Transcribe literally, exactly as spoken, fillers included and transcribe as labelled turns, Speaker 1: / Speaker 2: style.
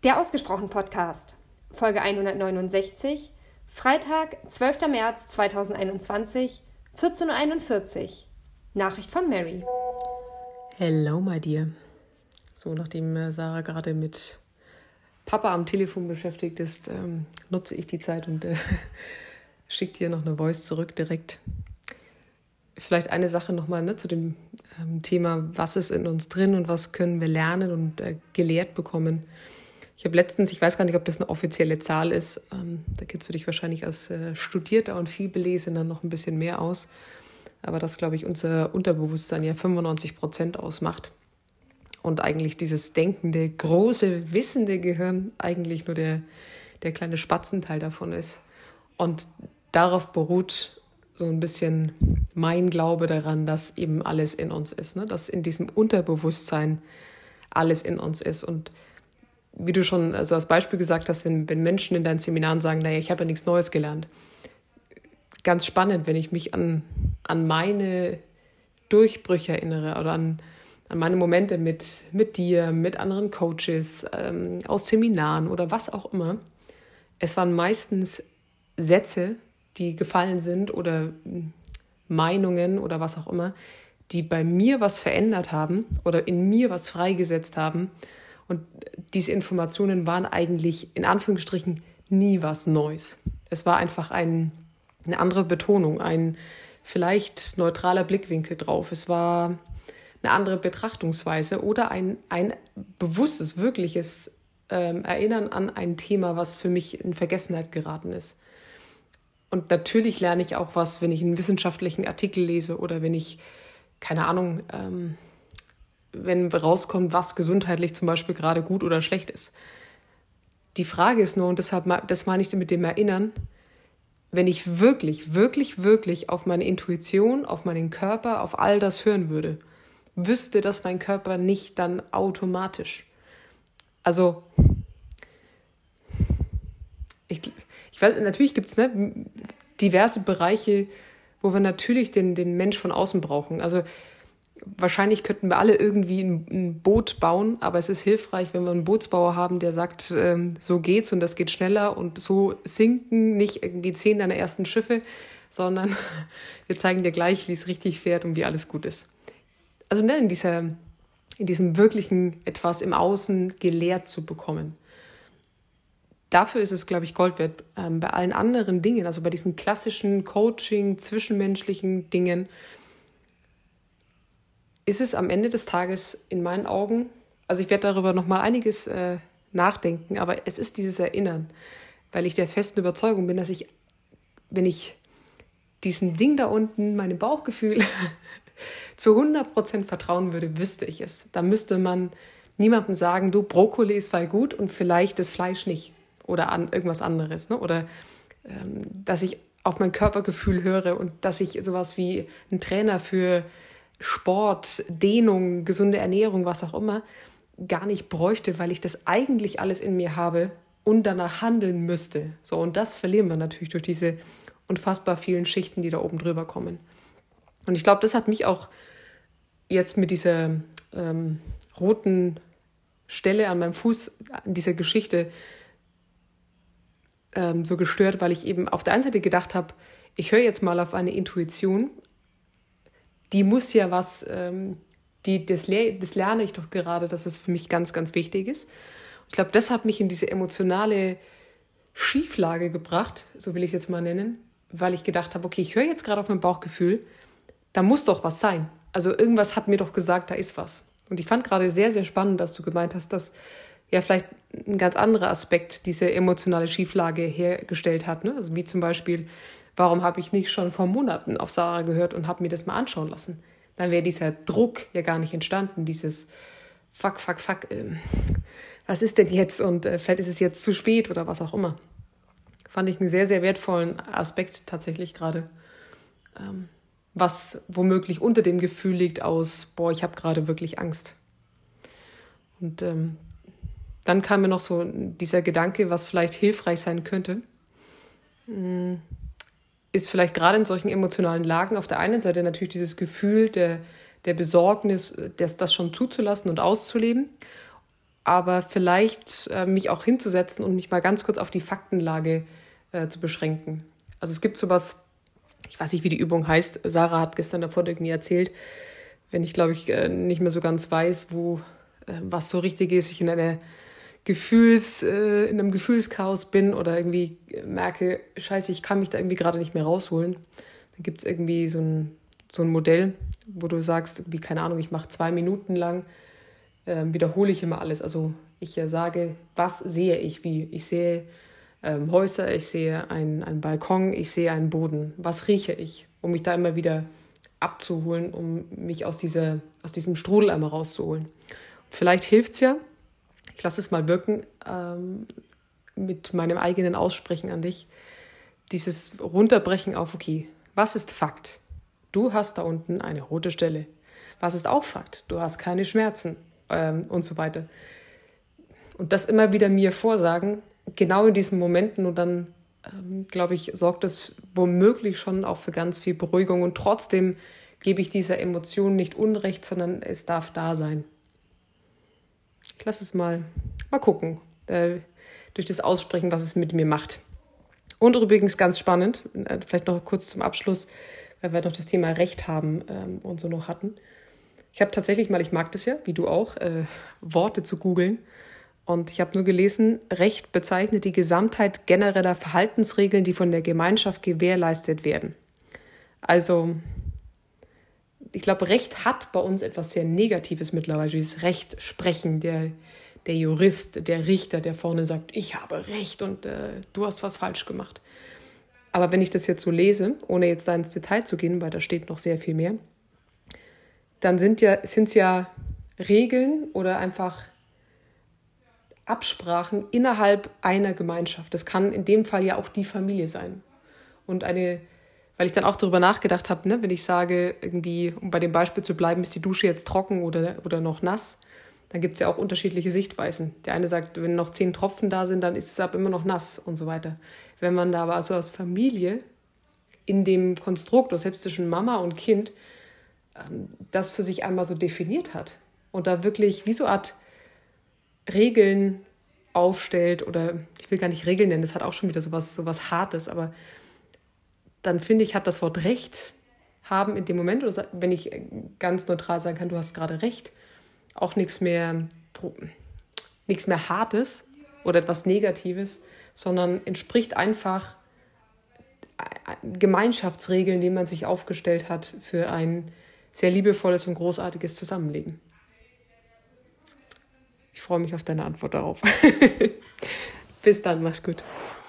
Speaker 1: Der Ausgesprochen Podcast, Folge hundertneunundsechzig, Freitag, zwölfter März zweitausendeinundzwanzig, vierzehn Uhr einundvierzig. Nachricht von Mary.
Speaker 2: Hello, my dear. So, nachdem Sarah gerade mit Papa am Telefon beschäftigt ist, ähm, nutze ich die Zeit und äh, schicke dir noch eine Voice zurück direkt. Vielleicht eine Sache nochmal ne, zu dem ähm, Thema, was ist in uns drin und was können wir lernen und äh, gelehrt bekommen. Ich habe letztens, ich weiß gar nicht, ob das eine offizielle Zahl ist, ähm, da kennst du dich wahrscheinlich als äh, Studierter und Vielbelesener noch ein bisschen mehr aus, aber dass, glaube ich, unser Unterbewusstsein ja fünfundneunzig Prozent ausmacht und eigentlich dieses denkende, große, wissende Gehirn eigentlich nur der, der kleine Spatzenteil davon ist. Und darauf beruht so ein bisschen mein Glaube daran, dass eben alles in uns ist, ne? Dass in diesem Unterbewusstsein alles in uns ist. Und wie du schon also als Beispiel gesagt hast, wenn, wenn Menschen in deinen Seminaren sagen, naja, ich habe ja nichts Neues gelernt. Ganz spannend, wenn ich mich an, an meine Durchbrüche erinnere oder an, an meine Momente mit, mit dir, mit anderen Coaches, ähm, aus Seminaren oder was auch immer. Es waren meistens Sätze, die gefallen sind oder Meinungen oder was auch immer, die bei mir was verändert haben oder in mir was freigesetzt haben. Und diese Informationen waren eigentlich in Anführungsstrichen nie was Neues. Es war einfach ein, eine andere Betonung, ein vielleicht neutraler Blickwinkel drauf. Es war eine andere Betrachtungsweise oder ein, ein bewusstes, wirkliches ähm, Erinnern an ein Thema, was für mich in Vergessenheit geraten ist. Und natürlich lerne ich auch was, wenn ich einen wissenschaftlichen Artikel lese oder wenn ich, keine Ahnung, ähm, wenn rauskommt, was gesundheitlich zum Beispiel gerade gut oder schlecht ist. Die Frage ist nur, und deshalb, das meine ich mit dem Erinnern, wenn ich wirklich, wirklich, wirklich auf meine Intuition, auf meinen Körper, auf all das hören würde, wüsste das mein Körper nicht dann automatisch. Also, ich, ich weiß, natürlich gibt es ne, diverse Bereiche, wo wir natürlich den, den Mensch von außen brauchen. Also, wahrscheinlich könnten wir alle irgendwie ein, ein Boot bauen, aber es ist hilfreich, wenn wir einen Bootsbauer haben, der sagt, ähm, so geht's und das geht schneller und so sinken nicht irgendwie zehn deiner ersten Schiffe, sondern wir zeigen dir gleich, wie es richtig fährt und wie alles gut ist. Also ne, in, dieser, in diesem wirklichen etwas im Außen gelehrt zu bekommen. Dafür ist es, glaube ich, Gold wert. Ähm, bei allen anderen Dingen, also bei diesen klassischen Coaching, zwischenmenschlichen Dingen, ist es am Ende des Tages in meinen Augen, also ich werde darüber noch mal einiges äh, nachdenken, aber es ist dieses Erinnern, weil ich der festen Überzeugung bin, dass ich, wenn ich diesem Ding da unten, meinem Bauchgefühl, zu hundert Prozent vertrauen würde, wüsste ich es. Da müsste man niemandem sagen, du, Brokkoli ist voll gut und vielleicht das Fleisch nicht oder an irgendwas anderes, ne? Oder ähm, dass ich auf mein Körpergefühl höre und dass ich sowas wie einen Trainer für Sport, Dehnung, gesunde Ernährung, was auch immer, gar nicht bräuchte, weil ich das eigentlich alles in mir habe und danach handeln müsste. So, und das verlieren wir natürlich durch diese unfassbar vielen Schichten, die da oben drüber kommen. Und ich glaube, das hat mich auch jetzt mit dieser ähm, roten Stelle an meinem Fuß, an dieser Geschichte ähm, so gestört, weil ich eben auf der einen Seite gedacht habe, ich höre jetzt mal auf eine Intuition, die muss ja was, ähm, die, das, le- das lerne ich doch gerade, dass es für mich ganz, ganz wichtig ist. Ich glaube, das hat mich in diese emotionale Schieflage gebracht, so will ich es jetzt mal nennen, weil ich gedacht habe, okay, ich höre jetzt gerade auf mein Bauchgefühl, da muss doch was sein. Also irgendwas hat mir doch gesagt, da ist was. Und ich fand gerade sehr, sehr spannend, dass du gemeint hast, dass ja vielleicht ein ganz anderer Aspekt diese emotionale Schieflage hergestellt hat. Ne? Also wie zum Beispiel, warum habe ich nicht schon vor Monaten auf Sarah gehört und habe mir das mal anschauen lassen? Dann wäre dieser Druck ja gar nicht entstanden, dieses Fuck, fuck, fuck, ähm, was ist denn jetzt und äh, vielleicht ist es jetzt zu spät oder was auch immer. Fand ich einen sehr, sehr wertvollen Aspekt tatsächlich gerade, ähm, was womöglich unter dem Gefühl liegt aus, boah, ich habe gerade wirklich Angst. Und ähm, dann kam mir noch so dieser Gedanke, was vielleicht hilfreich sein könnte, mh, ist vielleicht gerade in solchen emotionalen Lagen auf der einen Seite natürlich dieses Gefühl der, der Besorgnis, das, das schon zuzulassen und auszuleben aber vielleicht äh, mich auch hinzusetzen und mich mal ganz kurz auf die Faktenlage äh, zu beschränken. Also es gibt sowas, ich weiß nicht, wie die Übung heißt, Sarah hat gestern davor irgendwie erzählt, wenn ich, glaube ich, äh, nicht mehr so ganz weiß, wo äh, was so richtig ist, ich in einer Gefühls, äh, in einem Gefühlschaos bin oder irgendwie merke, scheiße, ich kann mich da irgendwie gerade nicht mehr rausholen. Dann gibt es irgendwie so ein, so ein Modell, wo du sagst, wie, keine Ahnung, ich mache zwei Minuten lang, äh, wiederhole ich immer alles. Also ich äh, sage, was sehe ich wie? Ich sehe ähm, Häuser, ich sehe einen, einen Balkon, ich sehe einen Boden. Was rieche ich? Um mich da immer wieder abzuholen, um mich aus, dieser, aus diesem Strudel einmal rauszuholen. Und vielleicht hilft es ja, ich lasse es mal wirken, ähm, mit meinem eigenen Aussprechen an dich, dieses Runterbrechen auf, okay, was ist Fakt? Du hast da unten eine rote Stelle. Was ist auch Fakt? Du hast keine Schmerzen ähm, und so weiter. Und das immer wieder mir vorsagen, genau in diesen Momenten, und dann, ähm, glaube ich, sorgt das womöglich schon auch für ganz viel Beruhigung, und trotzdem gebe ich dieser Emotion nicht Unrecht, sondern es darf da sein. Ich lasse es mal, mal gucken, äh, durch das Aussprechen, was es mit mir macht. Und übrigens ganz spannend, äh, vielleicht noch kurz zum Abschluss, weil wir noch das Thema Recht haben ähm, und so noch hatten. Ich habe tatsächlich mal, ich mag das ja, wie du auch, äh, Worte zu googeln. Und ich habe nur gelesen, Recht bezeichnet die Gesamtheit genereller Verhaltensregeln, die von der Gemeinschaft gewährleistet werden. Also ich glaube, Recht hat bei uns etwas sehr Negatives mittlerweile, dieses Recht sprechen, der, der Jurist, der Richter, der vorne sagt, ich habe Recht und äh, du hast was falsch gemacht. Aber wenn ich das jetzt so lese, ohne jetzt da ins Detail zu gehen, weil da steht noch sehr viel mehr, dann sind ja, sind es ja Regeln oder einfach Absprachen innerhalb einer Gemeinschaft. Das kann in dem Fall ja auch die Familie sein. Und eine, weil ich dann auch darüber nachgedacht habe, ne, wenn ich sage, irgendwie, um bei dem Beispiel zu bleiben, ist die Dusche jetzt trocken oder, oder noch nass, dann gibt es ja auch unterschiedliche Sichtweisen. Der eine sagt, wenn noch zehn Tropfen da sind, dann ist es aber immer noch nass und so weiter. Wenn man da aber so als Familie in dem Konstrukt, selbst zwischen Mama und Kind, das für sich einmal so definiert hat und da wirklich wie so eine Art Regeln aufstellt, oder ich will gar nicht Regeln nennen, das hat auch schon wieder sowas, sowas Hartes, aber dann finde ich, hat das Wort Recht haben in dem Moment, oder wenn ich ganz neutral sagen kann, du hast gerade Recht, auch nichts mehr, nichts mehr Hartes oder etwas Negatives, sondern entspricht einfach Gemeinschaftsregeln, die man sich aufgestellt hat für ein sehr liebevolles und großartiges Zusammenleben. Ich freue mich auf deine Antwort darauf. Bis dann, mach's gut.